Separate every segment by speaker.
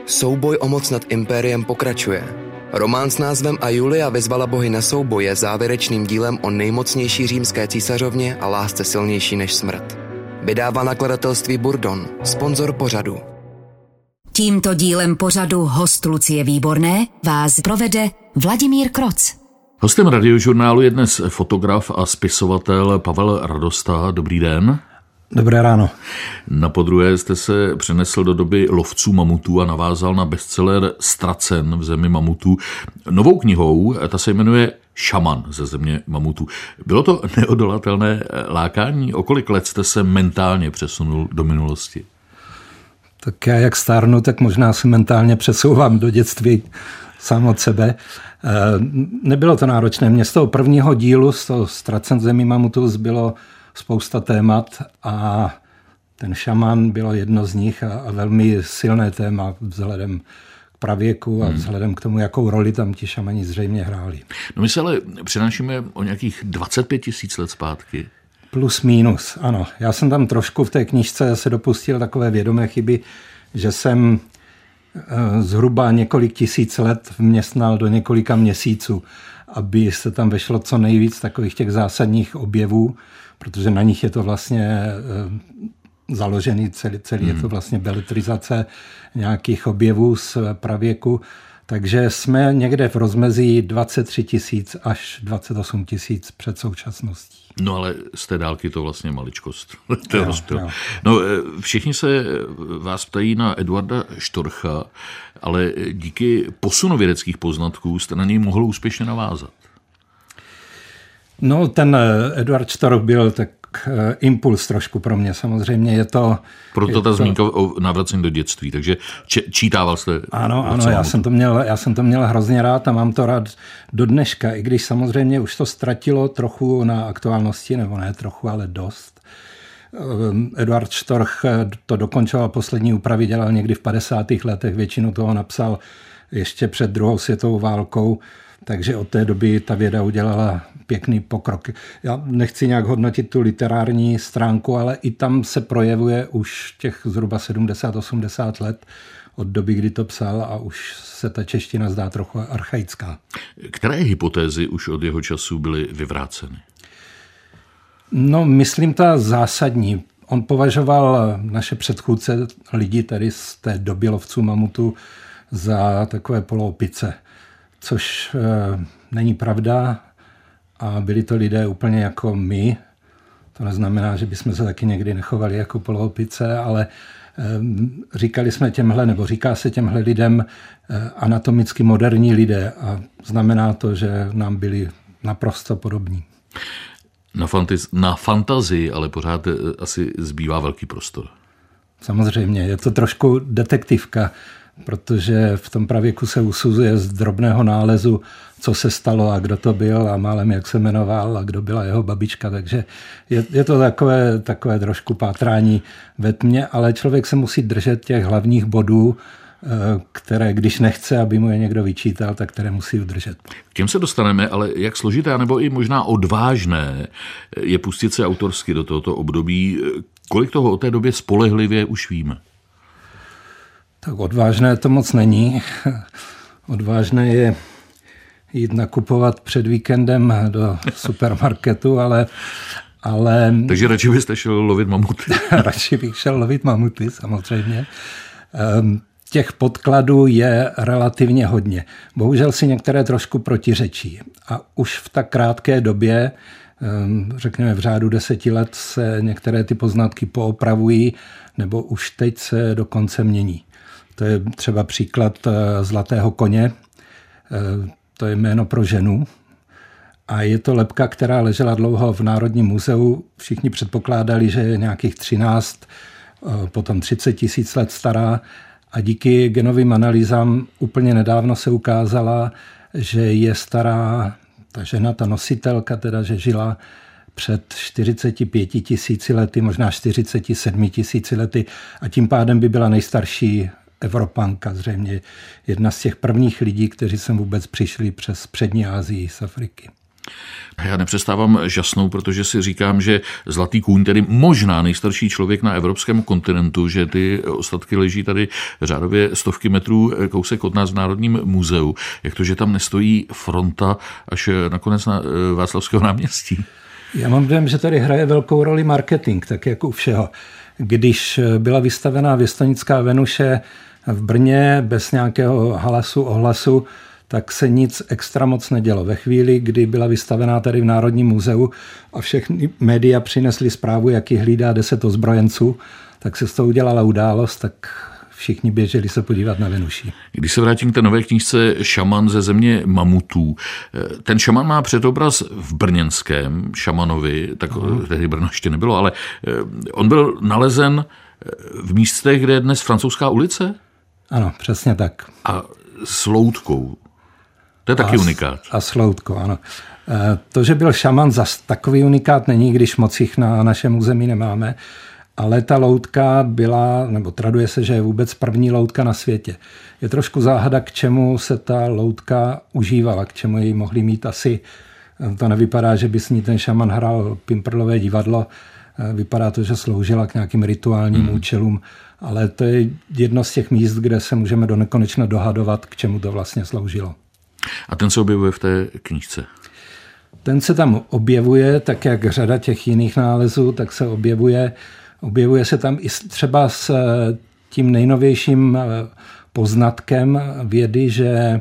Speaker 1: Souboj o moc nad impériem pokračuje. Román s názvem A Julia vyzvala bohy na souboj je závěrečným dílem o nejmocnější římské císařovně a lásce silnější než smrt. Vydává nakladatelství Burdon, sponzor pořadu.
Speaker 2: Tímto dílem pořadu Host Lucie Výborné vás provede Vladimír Kroc.
Speaker 3: Hostem Radiožurnálu je dnes fotograf a spisovatel Pavel Radosta. Dobrý den.
Speaker 4: Dobré ráno.
Speaker 3: Na podruhé jste se přenesl do doby lovců mamutů a navázal na bestseller Ztracen v zemi mamutů. Novou knihou, ta se jmenuje Šaman ze země mamutů. Bylo to neodolatelné lákání? O kolik let jste se mentálně přesunul do minulosti?
Speaker 4: Tak já jak stárnu, tak možná se mentálně přesouvám do dětství sám od sebe. Nebylo to náročné. Mně z toho prvního dílu, z toho Ztracen v zemi mamutů, zbylo spousta témat a ten šaman bylo jedno z nich a velmi silné téma vzhledem k pravěku a vzhledem k tomu, jakou roli tam ti šamani zřejmě hráli.
Speaker 3: No my se ale přinášíme o nějakých 25 000 let zpátky.
Speaker 4: Plus minus, ano. Já jsem tam trošku v té knížce se dopustil takové vědomé chyby, že jsem zhruba několik tisíc let vměstnal do několika měsíců, aby se tam vešlo co nejvíc takových těch zásadních objevů, protože na nich je to vlastně založený celý je to vlastně beletrizace nějakých objevů z pravěku. Takže jsme někde v rozmezí 23 000 až 28 000 před současností.
Speaker 3: No ale z té dálky to vlastně maličkost. To je rozptyl. No, všichni se vás ptají na Eduarda Štorcha, ale díky posunu vědeckých poznatků jste na něj mohl úspěšně navázat.
Speaker 4: No, ten Eduard Štorch byl tak impuls trošku pro mě. Samozřejmě je to...
Speaker 3: Proto ta zmínka o navracení do dětství, takže čítával jste...
Speaker 4: Ano, já jsem to měl hrozně rád a mám to rád do dneška, i když samozřejmě už to ztratilo trochu na aktuálnosti, nebo ne trochu, ale dost. Eduard Štorch to dokončoval, poslední úpravy dělal někdy v 50. letech, většinu toho napsal ještě před druhou světovou válkou, takže od té doby ta věda udělala pěkný pokrok. Já nechci nějak hodnotit tu literární stránku, ale i tam se projevuje už těch zhruba 70-80 let od doby, kdy to psal a už se ta čeština zdá trochu archaická.
Speaker 3: Které hypotézy už od jeho času byly vyvráceny?
Speaker 4: No, myslím ta zásadní. On považoval naše předchůdce, lidi tady z té doby lovců mamutů, za takové poloopice, což není pravda a byli to lidé úplně jako my. To neznamená, že bychom se taky někdy nechovali jako poloopice, ale říká se těmhle lidem anatomicky moderní lidé a znamená to, že nám byli naprosto podobní.
Speaker 3: Na fantazii ale pořád asi zbývá velký prostor.
Speaker 4: Samozřejmě, je to trošku detektivka, protože v tom pravěku se usuzuje z drobného nálezu, co se stalo a kdo to byl a málem jak se jmenoval a kdo byla jeho babička, takže je to takové trošku pátrání ve tmě, ale člověk se musí držet těch hlavních bodů, které, když nechce, aby mu je někdo vyčítal, tak které musí udržet.
Speaker 3: K těm se dostaneme, ale jak složité, nebo i možná odvážné je pustit se autorsky do tohoto období. Kolik toho o té době spolehlivě už víme?
Speaker 4: Tak odvážné to moc není. Odvážné je jít nakupovat před víkendem do supermarketu, ale...
Speaker 3: Takže radši byste šel lovit mamuty.
Speaker 4: Radši bych šel lovit mamuty, samozřejmě. Těch podkladů je relativně hodně. Bohužel si některé trošku protiřečí. A už v tak krátké době, řekněme v řádu 10 let, se některé ty poznatky poopravují, nebo už teď se dokonce mění. To je třeba příklad zlatého koně, to je jméno pro ženu. A je to lebka, která ležela dlouho v Národním muzeu. Všichni předpokládali, že je nějakých 13, potom 30 000 let stará. A díky genovým analýzám úplně nedávno se ukázala, že je stará ta žena, ta nositelka, teda, že žila před 45 000 lety, možná 47 000 lety a tím pádem by byla nejstarší Evropanka, zřejmě jedna z těch prvních lidí, kteří sem vůbec přišli přes přední Asii z Afriky.
Speaker 3: Já nepřestávám žasnout, protože si říkám, že Zlatý kůň, tedy možná nejstarší člověk na evropském kontinentu, že ty ostatky leží tady řádově stovky metrů kousek od nás v Národním muzeu. Jak to, že tam nestojí fronta až nakonec na Václavského náměstí?
Speaker 4: Já mám dojem, že tady hraje velkou roli marketing, tak jako u všeho. Když byla vystavená Věstonická Venuše v Brně bez nějakého halasu, ohlasu, tak se nic extra moc nedělo. Ve chvíli, kdy byla vystavená tady v Národním muzeu a všechny média přinesly zprávu, jak ji hlídá 10 ozbrojenců, tak se z toho udělala událost, tak všichni běželi se podívat na Venuši.
Speaker 3: Když se vrátím k té nové knížce Šaman ze země mamutů, ten šaman má předobraz v brněnském Šamanovi, tak tehdy Brno ještě nebylo, ale on byl nalezen v místech, kde je dnes Francouzská ulice?
Speaker 4: Ano, přesně tak.
Speaker 3: A s loutkou. To je taky unikát.
Speaker 4: A s loutkou, ano. To, že byl šaman, zas takový unikát není, když moc jich na našem území nemáme, ale ta loutka byla, nebo traduje se, že je vůbec první loutka na světě. Je trošku záhada, k čemu se ta loutka užívala, k čemu ji mohli mít asi. To nevypadá, že by s ní ten šaman hrál pimprlové divadlo. Vypadá to, že sloužila k nějakým rituálním účelům, ale to je jedno z těch míst, kde se můžeme do nekonečna dohadovat, k čemu to vlastně sloužilo. A
Speaker 3: ten se objevuje v té knížce?
Speaker 4: Ten se tam objevuje, tak jak řada těch jiných nálezů, tak se objevuje se tam i třeba s tím nejnovějším poznatkem vědy, že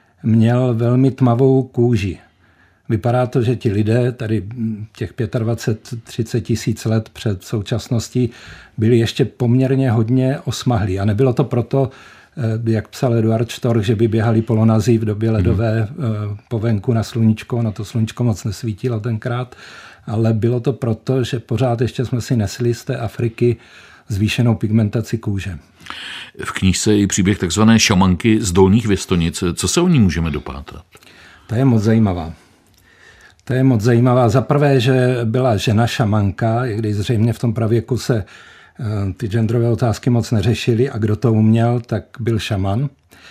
Speaker 4: měl velmi tmavou kůži. Vypadá to, že ti lidé tady těch 25-30 tisíc let před současností byli ještě poměrně hodně osmahlí. A nebylo to proto, jak psal Eduard Štorch, že by běhali polonazí v době ledové po venku na sluníčko. Na to sluníčko moc nesvítilo tenkrát, ale bylo to proto, že pořád ještě jsme si nesli z té Afriky zvýšenou pigmentaci kůže.
Speaker 3: V knížce je příběh takzvané šamanky z Dolních Věstonic. Co se o ní můžeme dopátrat?
Speaker 4: To je moc zajímavá. Za prvé, že byla žena šamanka, i když zřejmě v tom pravěku se ty genderové otázky moc neřešily a kdo to uměl, tak byl šaman.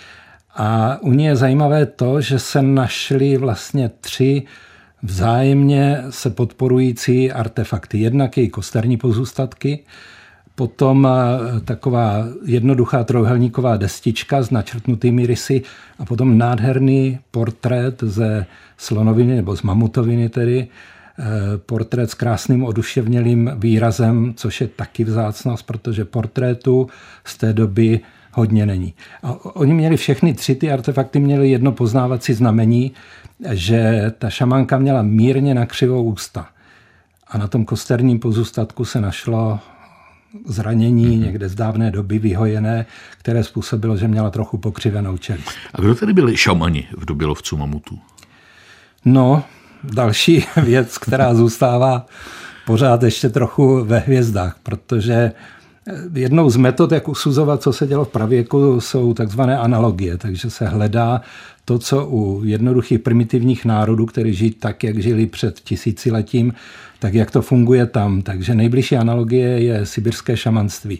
Speaker 4: A u ní je zajímavé to, že se našly vlastně 3 vzájemně se podporující artefakty. Jednak její kosterní pozůstatky, potom taková jednoduchá trojúhelníková destička s načrtnutými rysy a potom nádherný portrét ze slonoviny nebo z mamutoviny tedy, portrét s krásným oduševnělým výrazem, což je taky vzácnost, protože portrétu z té doby hodně není. A oni měli všechny 3 ty artefakty měly jedno poznávací znamení, že ta šamanka měla mírně nakřivou ústa. A na tom kosterním pozůstatku se našlo zranění někde z dávné doby vyhojené, které způsobilo, že měla trochu pokřivenou čelist.
Speaker 3: A kdo tedy byli šamani v době lovců mamutů?
Speaker 4: No, další věc, která zůstává pořád ještě trochu ve hvězdách, protože jednou z metod, jak usuzovat, co se dělo v pravěku, jsou takzvané analogie, takže se hledá to, co u jednoduchých primitivních národů, kteří žijí tak, jak žili před tisíciletím, tak jak to funguje tam. Takže nejbližší analogie je sibirské šamanství.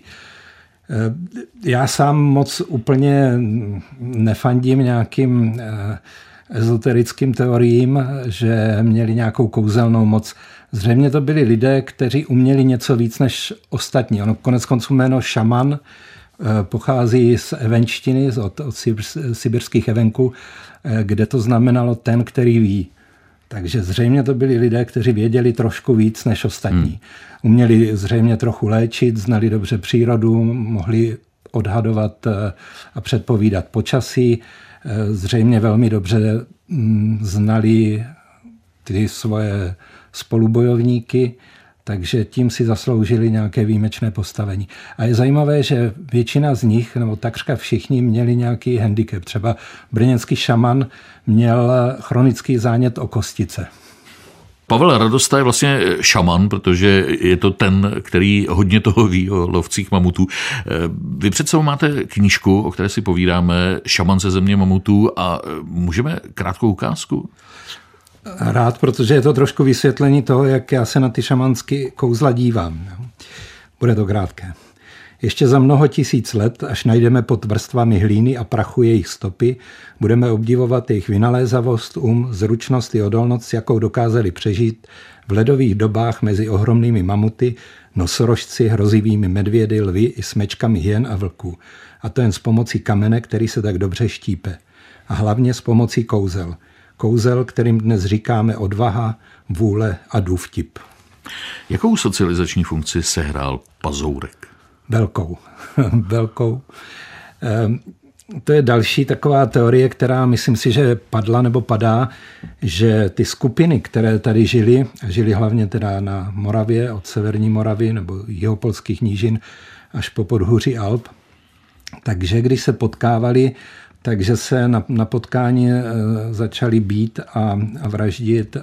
Speaker 4: Já sám moc úplně nefandím nějakým ezoterickým teoriím, že měli nějakou kouzelnou moc. Zřejmě to byli lidé, kteří uměli něco víc než ostatní. Ono konec konců jméno šaman pochází z evenštiny, od sibirských evenků, kde to znamenalo ten, který ví. Takže zřejmě to byli lidé, kteří věděli trošku víc než ostatní. Uměli zřejmě trochu léčit, znali dobře přírodu, mohli odhadovat a předpovídat počasí. Zřejmě velmi dobře znali ty svoje spolubojovníky, takže tím si zasloužili nějaké výjimečné postavení. A je zajímavé, že většina z nich, nebo takřka všichni, měli nějaký handicap. Třeba brněnský šaman měl chronický zánět o kostice.
Speaker 3: Pavel Radosta je vlastně šaman, protože je to ten, který hodně toho ví o lovcích mamutů. Vy před sebou máte knížku, o které si povídáme, Šaman ze země mamutů, a můžeme krátkou ukázku?
Speaker 4: Rád, protože je to trošku vysvětlení toho, jak já se na ty šamanské kouzla dívám. Bude to krátké. Ještě za mnoho tisíc let, až najdeme pod vrstvami hlíny a prachu jejich stopy, budeme obdivovat jejich vynalézavost, zručnost i odolnost, jakou dokázali přežít v ledových dobách mezi ohromnými mamuty, nosorožci, hrozivými medvědy, lvy i smečkami hyen a vlků. A to jen s pomocí kamene, který se tak dobře štípe. A hlavně s pomocí kouzel. Kouzel, kterým dnes říkáme odvaha, vůle a důvtip.
Speaker 3: Jakou socializační funkci sehrál pazourek?
Speaker 4: Velkou. To je další taková teorie, která myslím si, že padla nebo padá, že ty skupiny, které tady žili hlavně teda na Moravě, od severní Moravy nebo jihopolských nížin až po podhůří Alp, takže když se potkávali, takže se na potkání začali být a vraždit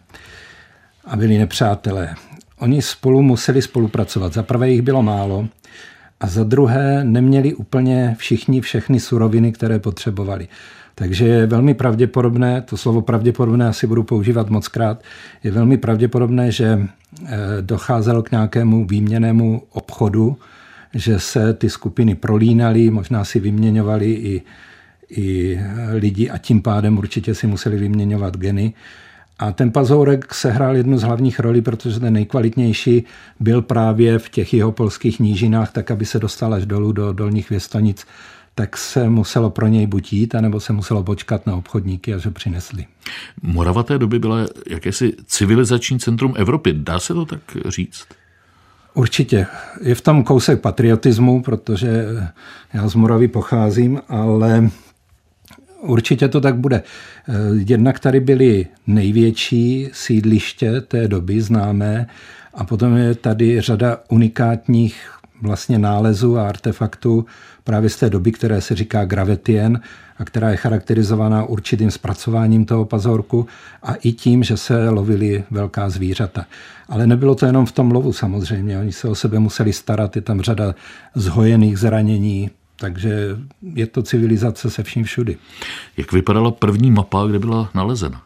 Speaker 4: a byli nepřátelé. Oni spolu museli spolupracovat. Za prvé jich bylo málo a za druhé neměli úplně všichni všechny suroviny, které potřebovali. Takže je velmi pravděpodobné, to slovo pravděpodobné asi budu používat mockrát, je velmi pravděpodobné, že docházelo k nějakému výměnnému obchodu, že se ty skupiny prolínaly, možná si vyměňovali i lidi a tím pádem určitě si museli vyměňovat geny. A ten pazourek sehrál jednu z hlavních rolí, protože ten nejkvalitnější byl právě v těch jihopolských nížinách, tak aby se dostal až dolů do dolních Věstonic, tak se muselo pro něj buď jít, anebo se muselo počkat na obchodníky, až ho přinesli.
Speaker 3: Morava té doby byla jakési civilizační centrum Evropy. Dá se to tak říct?
Speaker 4: Určitě. Je v tom kousek patriotismu, protože já z Moravy pocházím, ale určitě to tak bude. Jednak tady byly největší sídliště té doby známé a potom je tady řada unikátních vlastně nálezů a artefaktů právě z té doby, které se říká Gravetien a která je charakterizovaná určitým zpracováním toho pazourku a i tím, že se lovili velká zvířata. Ale nebylo to jenom v tom lovu samozřejmě. Oni se o sebe museli starat, je tam řada zhojených zranění, takže je to civilizace se vším všudy.
Speaker 3: Jak vypadala první mapa, kde byla nalezena?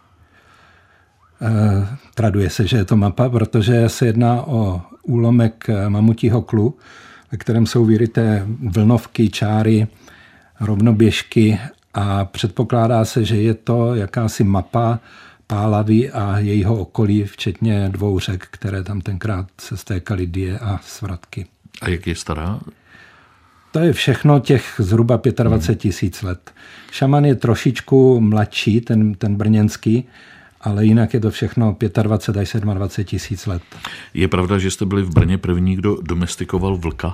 Speaker 4: Traduje se, že je to mapa, protože se jedná o úlomek mamutího klu, ve kterém jsou vyryté vlnovky, čáry, rovnoběžky a předpokládá se, že je to jakási mapa Pálavy a jejího okolí, včetně 2 řek, které tam tenkrát se stékaly, Dyje a Svratky.
Speaker 3: A jak je stará?
Speaker 4: To je všechno těch zhruba 25 000 let. Šaman je trošičku mladší, ten brněnský, ale jinak je to všechno 25 až 27 tisíc let.
Speaker 3: Je pravda, že jste byli v Brně první, kdo domestikoval vlka?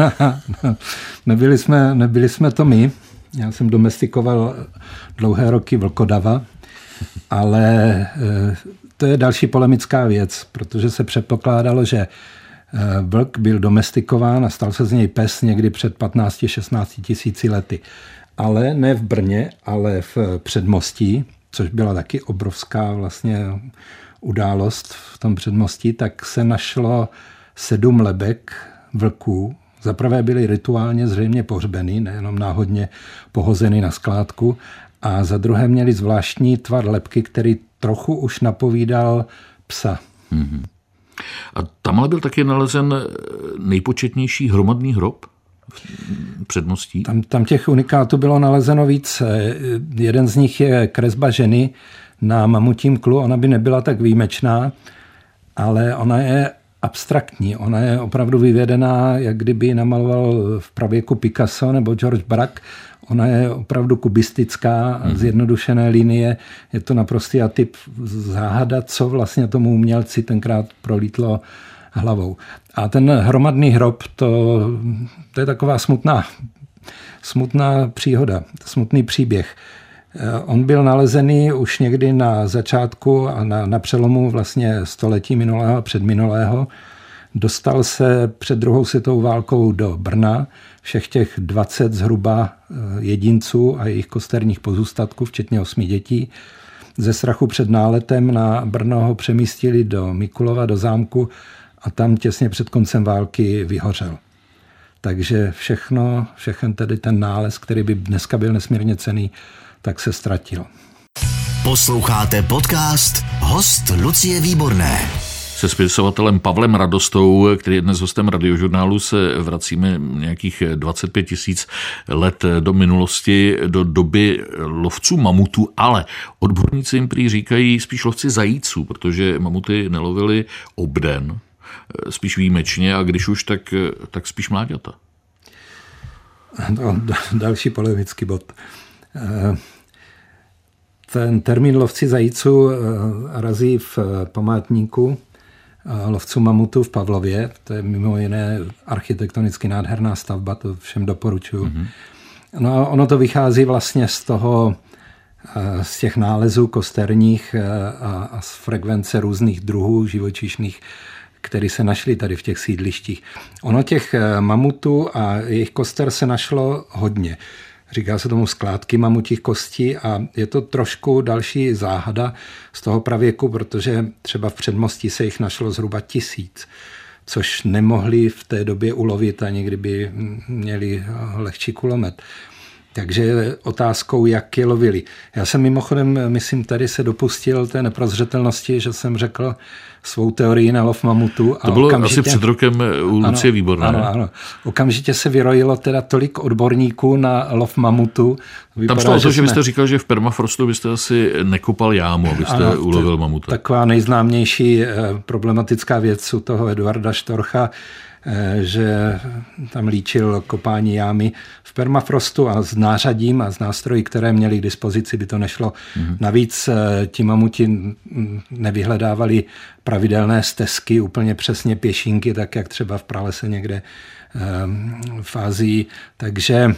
Speaker 4: Nebyli jsme to my. Já jsem domestikoval dlouhé roky vlkodava, ale to je další polemická věc, protože se předpokládalo, že vlk byl domestikován a stal se z něj pes někdy před 15-16 tisíci lety. Ale ne v Brně, ale v Předmostí, což byla taky obrovská vlastně událost v tom Předmostí, tak se našlo 7 lebek vlků. Zaprvé byly rituálně zřejmě pohřbeny, nejenom náhodně pohozeny na skládku, a za druhé měli zvláštní tvar lebky, který trochu už napovídal psa.
Speaker 3: Mm-hmm. A tam ale byl taky nalezen nejpočetnější hromadný hrob v Předmostí?
Speaker 4: Tam těch unikátů bylo nalezeno víc. Jeden z nich je kresba ženy na mamutím klu. Ona by nebyla tak výjimečná, ale ona je abstraktní. Ona je opravdu vyvedená, jak kdyby namaloval v pravěku Picasso nebo George Braque. Ona je opravdu kubistická, zjednodušené linie. Je to naprostý atyp, záhada, co vlastně tomu umělci tenkrát prolítlo hlavou. A ten hromadný hrob, to je taková smutná příhoda, smutný příběh. On byl nalezený už někdy na začátku a na přelomu vlastně století minulého a předminulého. Dostal se před druhou světovou válkou do Brna. Všech těch 20 zhruba jedinců a jejich kosterních pozůstatků, včetně 8 dětí, ze strachu před náletem na Brno ho přemístili do Mikulova, do zámku, a tam těsně před koncem války vyhořel. Takže všechen tedy ten nález, který by dneska byl nesmírně cenný, tak se ztratil.
Speaker 5: Posloucháte podcast Host Lucie Výborné.
Speaker 3: Se spisovatelem Pavlem Radostou, který je dnes hostem Radiožurnálu, se vracíme nějakých 25 000 let do minulosti, do doby lovců mamutů, ale odborníci jim prý říkají spíš lovci zajíců, protože mamuty nelovili obden, spíš výjimečně, a když už, tak spíš mláďata.
Speaker 4: No, další polemický bod. Ten termín lovci zajíců razí v památníku lovců mamutů v Pavlově. To je mimo jiné architektonicky nádherná stavba, to všem doporučuji. Mm-hmm. No a ono to vychází vlastně z těch nálezů kosterních a z frekvence různých druhů živočišných, které se našly tady v těch sídlištích. Ono těch mamutů a jejich koster se našlo hodně. Říká se tomu skládky mamutích kostí a je to trošku další záhada z toho pravěku, protože třeba v Předmostí se jich našlo zhruba 1000, což nemohli v té době ulovit, ani kdyby měli lehčí kulomet. Takže je otázkou, jak je lovili. Já jsem mimochodem, myslím, tady se dopustil té neprozřetelnosti, že jsem řekl svou teorii na lov mamutu.
Speaker 3: To bylo asi před rokem u Lucie Výborné.
Speaker 4: Ano. Okamžitě se vyrojilo teda tolik odborníků na lov mamutu.
Speaker 3: Tam šlo o to, že byste říkal, že v permafrostu byste asi nekopal jámu, abyste ulovil mamuta.
Speaker 4: Taková nejznámější problematická věc u toho Eduarda Štorcha, že tam líčil kopání jámy v permafrostu a s nářadím a s nástroji, které měli k dispozici, by to nešlo. Navíc ti mamuti nevyhledávali pravidelné stezky, úplně přesně pěšinky, tak jak třeba v pralese někde v Asii. Takže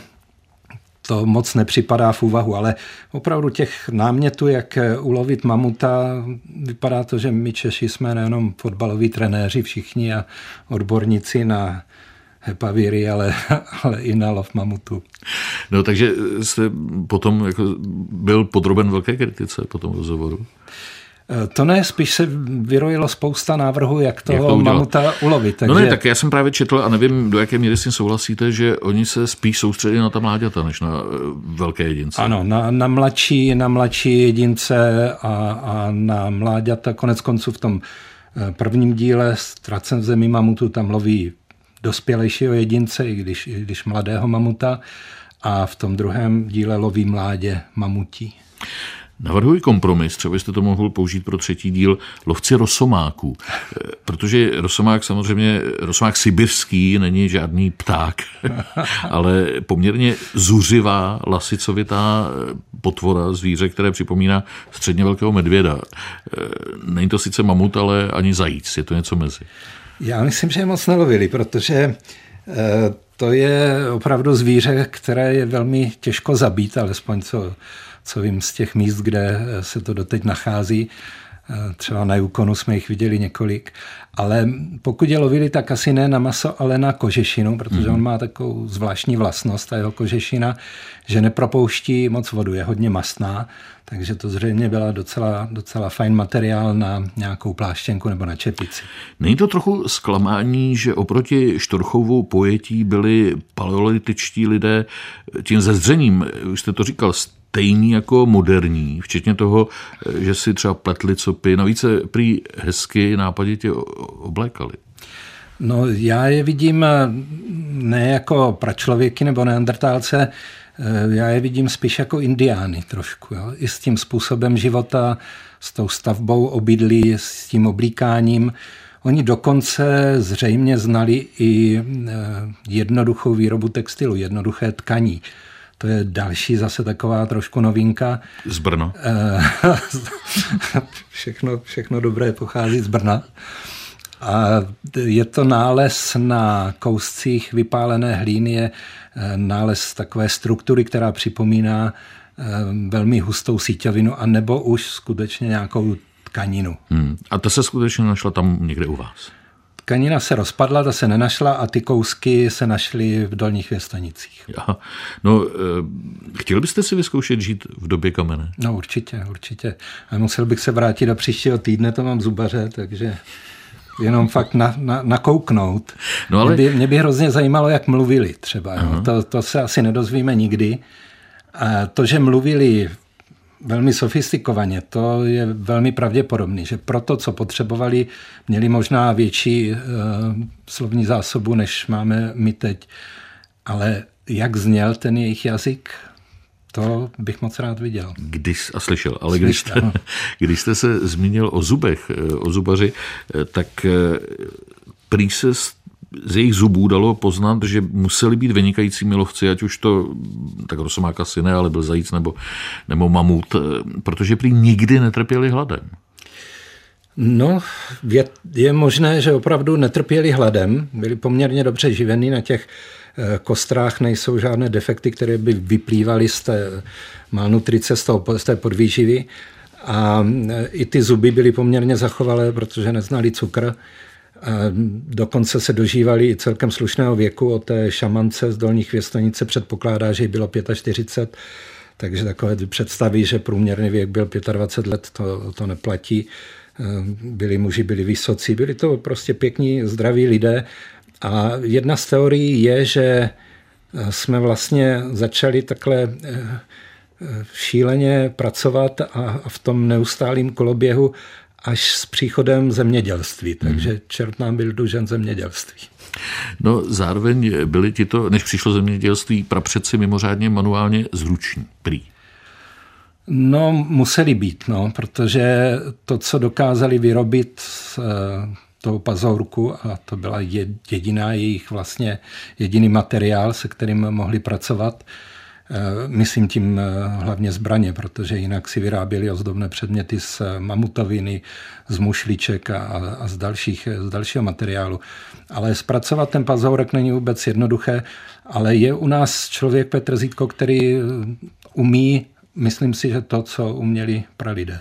Speaker 4: to moc nepřipadá v úvahu, ale opravdu těch námětů, jak ulovit mamuta, vypadá to, že my Češi jsme nejenom fotbaloví trenéři všichni a odborníci na hepavíry, ale i na lov mamutu.
Speaker 3: No, takže jste potom byl podroben velké kritice po tom rozhovoru?
Speaker 4: To ne, spíš se vyrojilo spousta návrhů, jak toho mamuta ulovit. Takže...
Speaker 3: No ne, tak já jsem právě četl a nevím, do jaké míry s tím souhlasíte, že oni se spíš soustředí na ta mláďata, než na velké jedince.
Speaker 4: Ano, na mladší jedince a na mláďata. Konec konců v tom prvním díle Ztracen v zemi mamutu tam loví dospělejšího jedince, i když mladého mamuta, a v tom druhém díle loví mládě mamutí.
Speaker 3: Navrhuji kompromis, třeba byste to mohl použít pro třetí díl, lovci rosomáků, protože rosomák sibirský není žádný pták, ale poměrně zuřivá, lasicovitá potvora, zvíře, které připomíná středně velkého medvěda. Není to sice mamut, ale ani zajíc, je to něco mezi.
Speaker 4: Já myslím, že je moc nelovili, protože to je opravdu zvíře, které je velmi těžko zabít, alespoň co vím z těch míst, kde se to doteď nachází. Třeba na Yukonu jsme jich viděli několik. Ale pokud je lovili, tak asi ne na maso, ale na kožešinu, protože on má takovou zvláštní vlastnost, ta jeho kožešina, že nepropouští moc vodu, je hodně mastná, takže to zřejmě byla docela fajn materiál na nějakou pláštěnku nebo na čepici.
Speaker 3: Není to trochu zklamání, že oproti Štorchovu pojetí byli paleolitičtí lidé tím zezdřením, už jste to říkal, stejný jako moderní, včetně toho, že si třeba pletli copy, navíc se prý hezky nápaditě oblékali.
Speaker 4: No, já je vidím ne jako pračlověky nebo neandertálce, já je vidím spíš jako indiány trošku. Jo? I s tím způsobem života, s tou stavbou obydlí, s tím oblíkáním. Oni dokonce zřejmě znali i jednoduchou výrobu textilu, jednoduché tkaní. To je další zase taková trošku novinka.
Speaker 3: Z Brna.
Speaker 4: Všechno dobré pochází z Brna. A je to nález na kouscích vypálené hlíny, je nález takové struktury, která připomíná velmi hustou síťovinu, anebo už skutečně nějakou tkaninu.
Speaker 3: A ta se skutečně našla tam někde u vás?
Speaker 4: Tkanina se rozpadla, ta se nenašla a ty kousky se našly v Dolních Věstanicích.
Speaker 3: Aha. No, chtěl byste si vyzkoušet žít v době kamene?
Speaker 4: No určitě. A musel bych se vrátit do příštího týdne, to mám zubaře, takže jenom fakt nakouknout. No ale... mě by hrozně zajímalo, jak mluvili třeba. To se asi nedozvíme nikdy. A to, že mluvili velmi sofistikovaně. To je velmi pravděpodobné, že pro to, co potřebovali, měli možná větší slovní zásobu, než máme my teď. Ale jak zněl ten jejich jazyk, to bych moc rád viděl.
Speaker 3: Slyšel, ale když jste se zmínil o zubech, o zubaři, tak prý se z jejich zubů dalo poznat, že museli být vynikajícími lovci, ať už to, tak rosomák asi ne, ale byl zajíc nebo mamut, protože prý nikdy netrpěli hladem.
Speaker 4: No, je možné, že opravdu netrpěli hladem, byli poměrně dobře živení, na těch kostrách nejsou žádné defekty, které by vyplývaly z té malnutrice, z té podvýživy. A i ty zuby byly poměrně zachovalé, protože neznali cukr. A dokonce se dožívali i celkem slušného věku. O té šamance z Dolních Věstonice předpokládá, že jí bylo 45, takže takové představy, že průměrný věk byl 25 let, to neplatí. Byli muži, byli vysocí, byli to prostě pěkní, zdraví lidé. A jedna z teorií je, že jsme vlastně začali takhle šíleně pracovat a v tom neustálém koloběhu až s příchodem zemědělství. Takže čert nám byl dlužen zemědělství.
Speaker 3: No zároveň byli tito, než přišlo zemědělství, prapředci mimořádně manuálně zruční, prý.
Speaker 4: No, museli být, protože to, co dokázali vyrobit toho pazourku, a to byla jediná jejich vlastně jediný materiál, se kterým mohli pracovat. Myslím tím hlavně zbraně, protože jinak si vyráběli ozdobné předměty z mamutoviny, z mušliček a z dalšího materiálu. Ale zpracovat ten pazourek není vůbec jednoduché, ale je u nás člověk Petr Zítko, který umí, myslím si, že to, co uměli pralidé.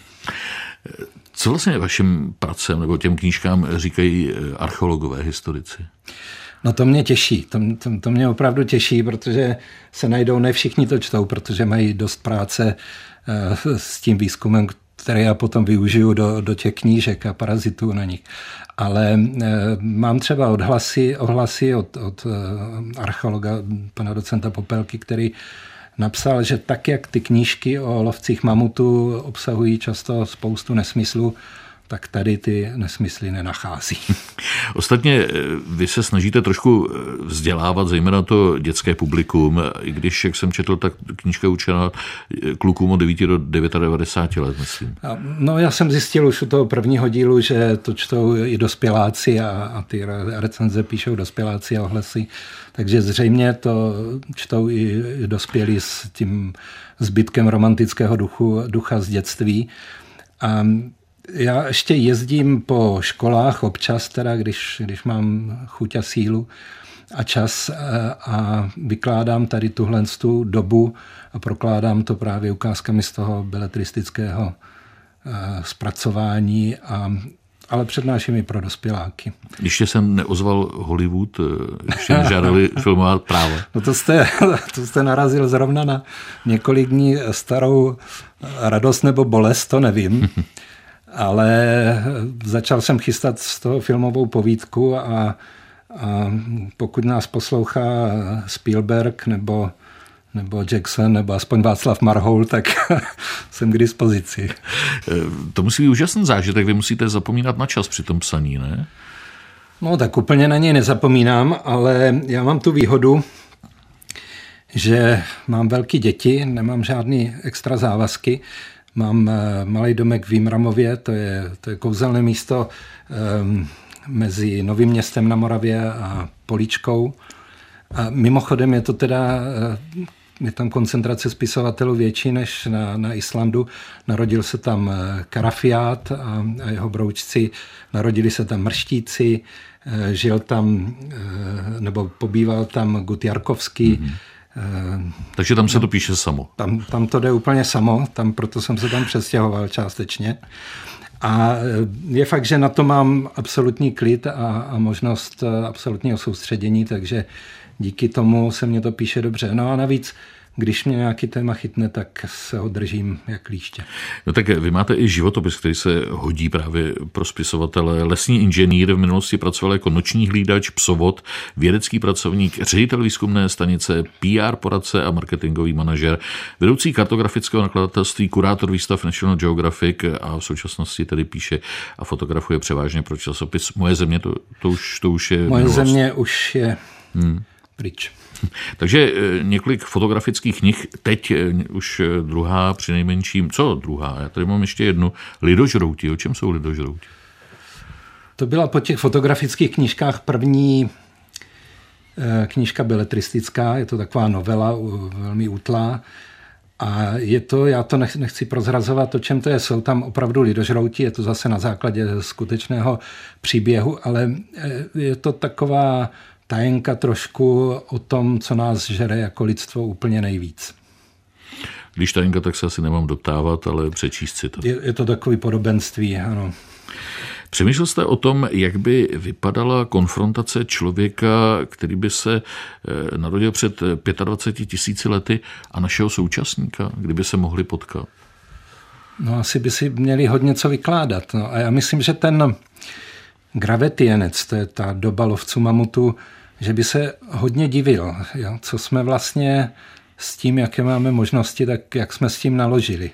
Speaker 3: Co vlastně vašim pracem nebo těm knížkám říkají archeologové, historici?
Speaker 4: No to mě těší, to mě opravdu těší, protože se najdou, ne všichni to čtou, protože mají dost práce s tím výzkumem, který já potom využiju do těch knížek a parazitů na nich. Ale mám třeba ohlasy od archeologa, pana docenta Popelky, který napsal, že tak, jak ty knížky o lovcích mamutů obsahují často spoustu nesmyslů, tak tady ty nesmysly nenachází.
Speaker 3: Ostatně vy se snažíte trošku vzdělávat, zejména to dětské publikum, i když, jak jsem četl, tak knížka je určená klukům od 9 do 99 let, myslím.
Speaker 4: No já jsem zjistil už u toho prvního dílu, že to čtou i dospěláci a ty recenze píšou dospěláci a ohlasy, takže zřejmě to čtou i dospělí s tím zbytkem romantického ducha z dětství. A já ještě jezdím po školách občas, teda, když mám chuť a sílu a čas a vykládám tady tuhle dobu a prokládám to právě ukázkami z toho beletristického zpracování, ale přednáším i pro dospěláky.
Speaker 3: Ještě jsem neozval Hollywood, ještě nežádali filmovat práva.
Speaker 4: No to jste narazil zrovna na několik dní starou radost nebo bolest, to nevím. Ale začal jsem chystat z toho filmovou povídku a pokud nás poslouchá Spielberg nebo Jackson nebo aspoň Václav Marhoul, tak jsem k dispozici.
Speaker 3: To musí být úžasný zážitek, vy musíte zapomínat na čas při tom psaní, ne?
Speaker 4: No tak úplně na něj nezapomínám, ale já mám tu výhodu, že mám velké děti, nemám žádný extra závazky. Mám malý domek v Vimramově, to je kouzelné místo mezi Novým Městem na Moravě a Políčkou. A mimochodem je to teda, je tam koncentrace spisovatelů větší než na Islandu. Narodil se tam Karafiát a jeho broučci, narodili se tam Mrštíci, žil tam, nebo pobýval tam Gut Jarkovský.
Speaker 3: Takže tam se to píše samo.
Speaker 4: Tam to jde úplně samo, proto jsem se tam přestěhoval částečně. A je fakt, že na to mám absolutní klid a možnost absolutního soustředění, takže díky tomu se mě to píše dobře. No a navíc když mě nějaký téma chytne, tak se ho držím jak klíště.
Speaker 3: No tak vy máte i životopis, který se hodí právě pro spisovatele. Lesní inženýr, v minulosti pracoval jako noční hlídač, psovod, vědecký pracovník, ředitel výzkumné stanice, PR poradce a marketingový manažer, vedoucí kartografického nakladatelství, kurátor výstav National Geographic a v současnosti tedy píše a fotografuje převážně pro časopis Moje země, to už je
Speaker 4: Moje
Speaker 3: minulost.
Speaker 4: země už je pryč.
Speaker 3: Takže několik fotografických knih, teď už druhá přinejmenším, co druhá? Já tady mám ještě jednu, Lidožrouti. O čem jsou Lidožrouti?
Speaker 4: To byla po těch fotografických knížkách první knížka beletristická, je to taková novela, velmi útlá. A je to, já to nechci prozrazovat, o čem to je, jsou tam opravdu lidožrouti, je to zase na základě skutečného příběhu, ale je to taková tajenka trošku o tom, co nás žere jako lidstvo úplně nejvíc.
Speaker 3: Když tajenka, tak se asi nemám doptávat, ale přečíst si to.
Speaker 4: Je to takový podobenství, ano.
Speaker 3: Přemýšlel jste o tom, jak by vypadala konfrontace člověka, který by se narodil před 25 000 lety a našeho současníka, kdyby se mohli potkat?
Speaker 4: No asi by si měli hodně co vykládat. No. A já myslím, že ten Gravetienec, to je ta doba lovců mamutů, že by se hodně divil, jo? Co jsme vlastně s tím, jaké máme možnosti, tak jak jsme s tím naložili.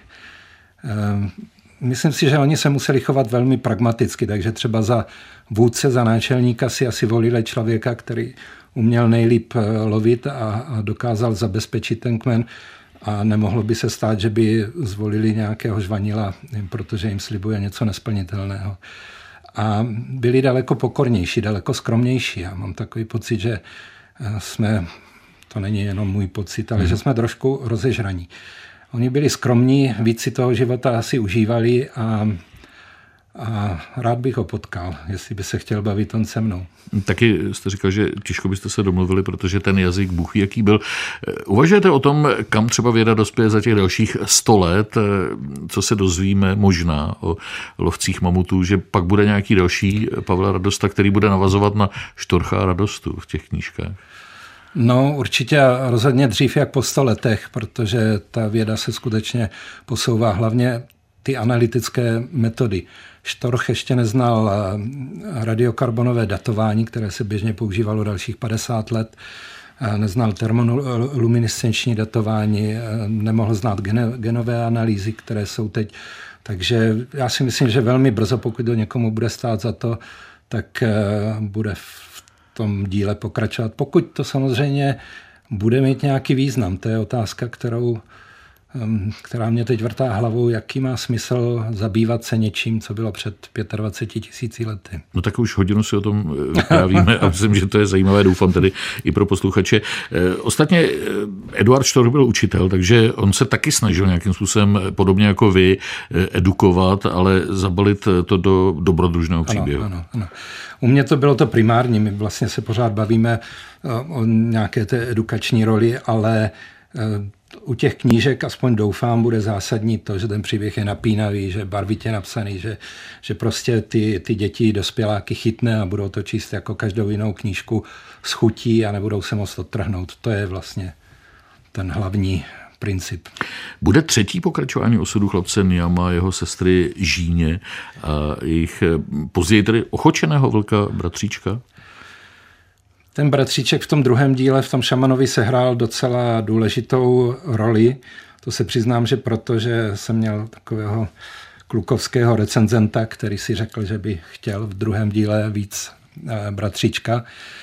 Speaker 4: Myslím si, že oni se museli chovat velmi pragmaticky, takže třeba za vůdce, za náčelníka si asi volili člověka, který uměl nejlíp lovit a dokázal zabezpečit ten kmen a nemohlo by se stát, že by zvolili nějakého žvanila, protože jim slibuje něco nesplnitelného. A byli daleko pokornější, daleko skromnější. Já mám takový pocit, že jsme, to není jenom můj pocit, ale že jsme trošku rozežraní. Oni byli skromní, víc si toho života asi užívali a rád bych ho potkal, jestli by se chtěl bavit on se mnou.
Speaker 3: Taky jste říkal, že těžko byste se domluvili, protože ten jazyk Bůh ví, jaký byl. Uvažujete o tom, kam třeba věda dospěje za těch dalších 100 let, co se dozvíme možná o lovcích mamutů, že pak bude nějaký další Pavla Radosta, který bude navazovat na Štorcha a Radostu v těch knížkách?
Speaker 4: No určitě rozhodně dřív jak po 100 letech, protože ta věda se skutečně posouvá, hlavně ty analytické metody. Štorch ještě neznal radiokarbonové datování, které se běžně používalo dalších 50 let, neznal termoluminescenční datování, nemohl znát genové analýzy, které jsou teď. Takže já si myslím, že velmi brzo, pokud to někomu bude stát za to, tak bude v tom díle pokračovat. Pokud to samozřejmě bude mít nějaký význam, to je otázka, která mě teď vrtá hlavou, jaký má smysl zabývat se něčím, co bylo před 25 000 lety.
Speaker 3: No tak už hodinu si o tom vyprávíme a myslím, že to je zajímavé, doufám tedy i pro posluchače. Ostatně Eduard Štorch byl učitel, takže on se taky snažil nějakým způsobem, podobně jako vy, edukovat, ale zabalit to do dobrodružného příběhu.
Speaker 4: Ano. U mě to bylo to primární, my vlastně se pořád bavíme o nějaké té edukační roli, ale u těch knížek, aspoň doufám, bude zásadní to, že ten příběh je napínavý, že barvitě napsaný, že prostě ty děti dospěláky chytne a budou to číst jako každou jinou knížku s chutí a nebudou se moc odtrhnout. To je vlastně ten hlavní princip.
Speaker 3: Bude třetí pokračování osudu chlapce Niama a jeho sestry Žíně a jejich později tedy ochočeného vlka bratříčka?
Speaker 4: Ten bratříček v tom druhém díle, v tom Šamanovi, sehrál docela důležitou roli. To se přiznám, že protože jsem měl takového klukovského recenzenta, který si řekl, že by chtěl v druhém díle víc bratříčka.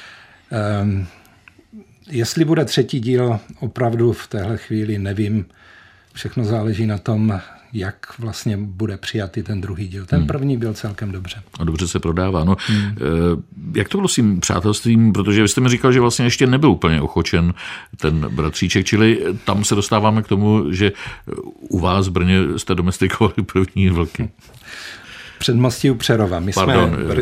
Speaker 4: Jestli bude třetí díl, opravdu v téhle chvíli nevím. Všechno záleží na tom, jak vlastně bude přijatý ten druhý díl. Ten první byl celkem dobře.
Speaker 3: A dobře se prodává. No, jak to bylo s tím přátelstvím? Protože vy jste mi říkal, že vlastně ještě nebyl úplně ochočen ten bratříček, čili tam se dostáváme k tomu, že u vás v Brně jste domestikovali první vlky.
Speaker 4: Předmostí u Přerova. My jsme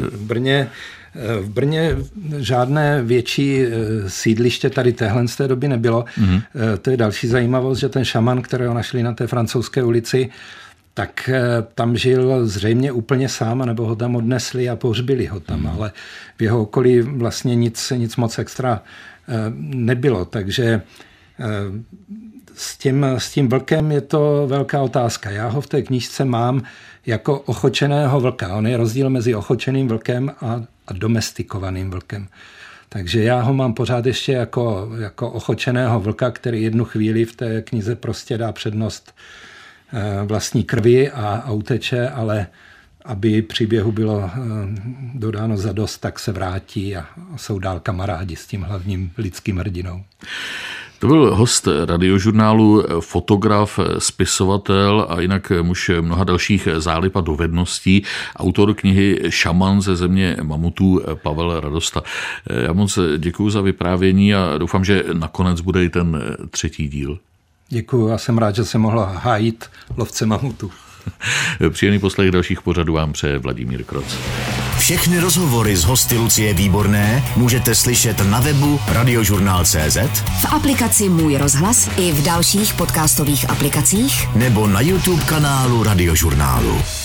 Speaker 4: v Brně žádné větší sídliště tady téhle z té doby nebylo. To je další zajímavost, že ten šaman, kterého našli na té Francouzské ulici, tak tam žil zřejmě úplně sám, nebo ho tam odnesli a pohřbili ho tam, ale v jeho okolí vlastně nic moc extra nebylo, takže S tím vlkem je to velká otázka. Já ho v té knížce mám jako ochočeného vlka. On je rozdíl mezi ochočeným vlkem a domestikovaným vlkem. Takže já ho mám pořád ještě jako ochočeného vlka, který jednu chvíli v té knize prostě dá přednost vlastní krvi a uteče, ale aby příběhu bylo dodáno zadost, tak se vrátí a jsou dál kamarádi s tím hlavním lidským hrdinou.
Speaker 3: To byl host Radiožurnálu, fotograf, spisovatel a jinak muž mnoha dalších zálib a dovedností, autor knihy Šaman ze země mamutů Pavel Radosta. Já moc děkuju za vyprávění a doufám, že nakonec bude i ten 3. díl.
Speaker 4: Děkuju, já jsem rád, že jsem mohl hájit lovce mamutů.
Speaker 3: Příjemný poslech dalších pořadů vám přeje Vladimír Kroc.
Speaker 5: Všechny rozhovory s hosty Lucie Výborné můžete slyšet na webu Radiožurnál.cz,
Speaker 2: v aplikaci Můj rozhlas i v dalších podcastových aplikacích
Speaker 5: nebo na YouTube kanálu Radiožurnálu.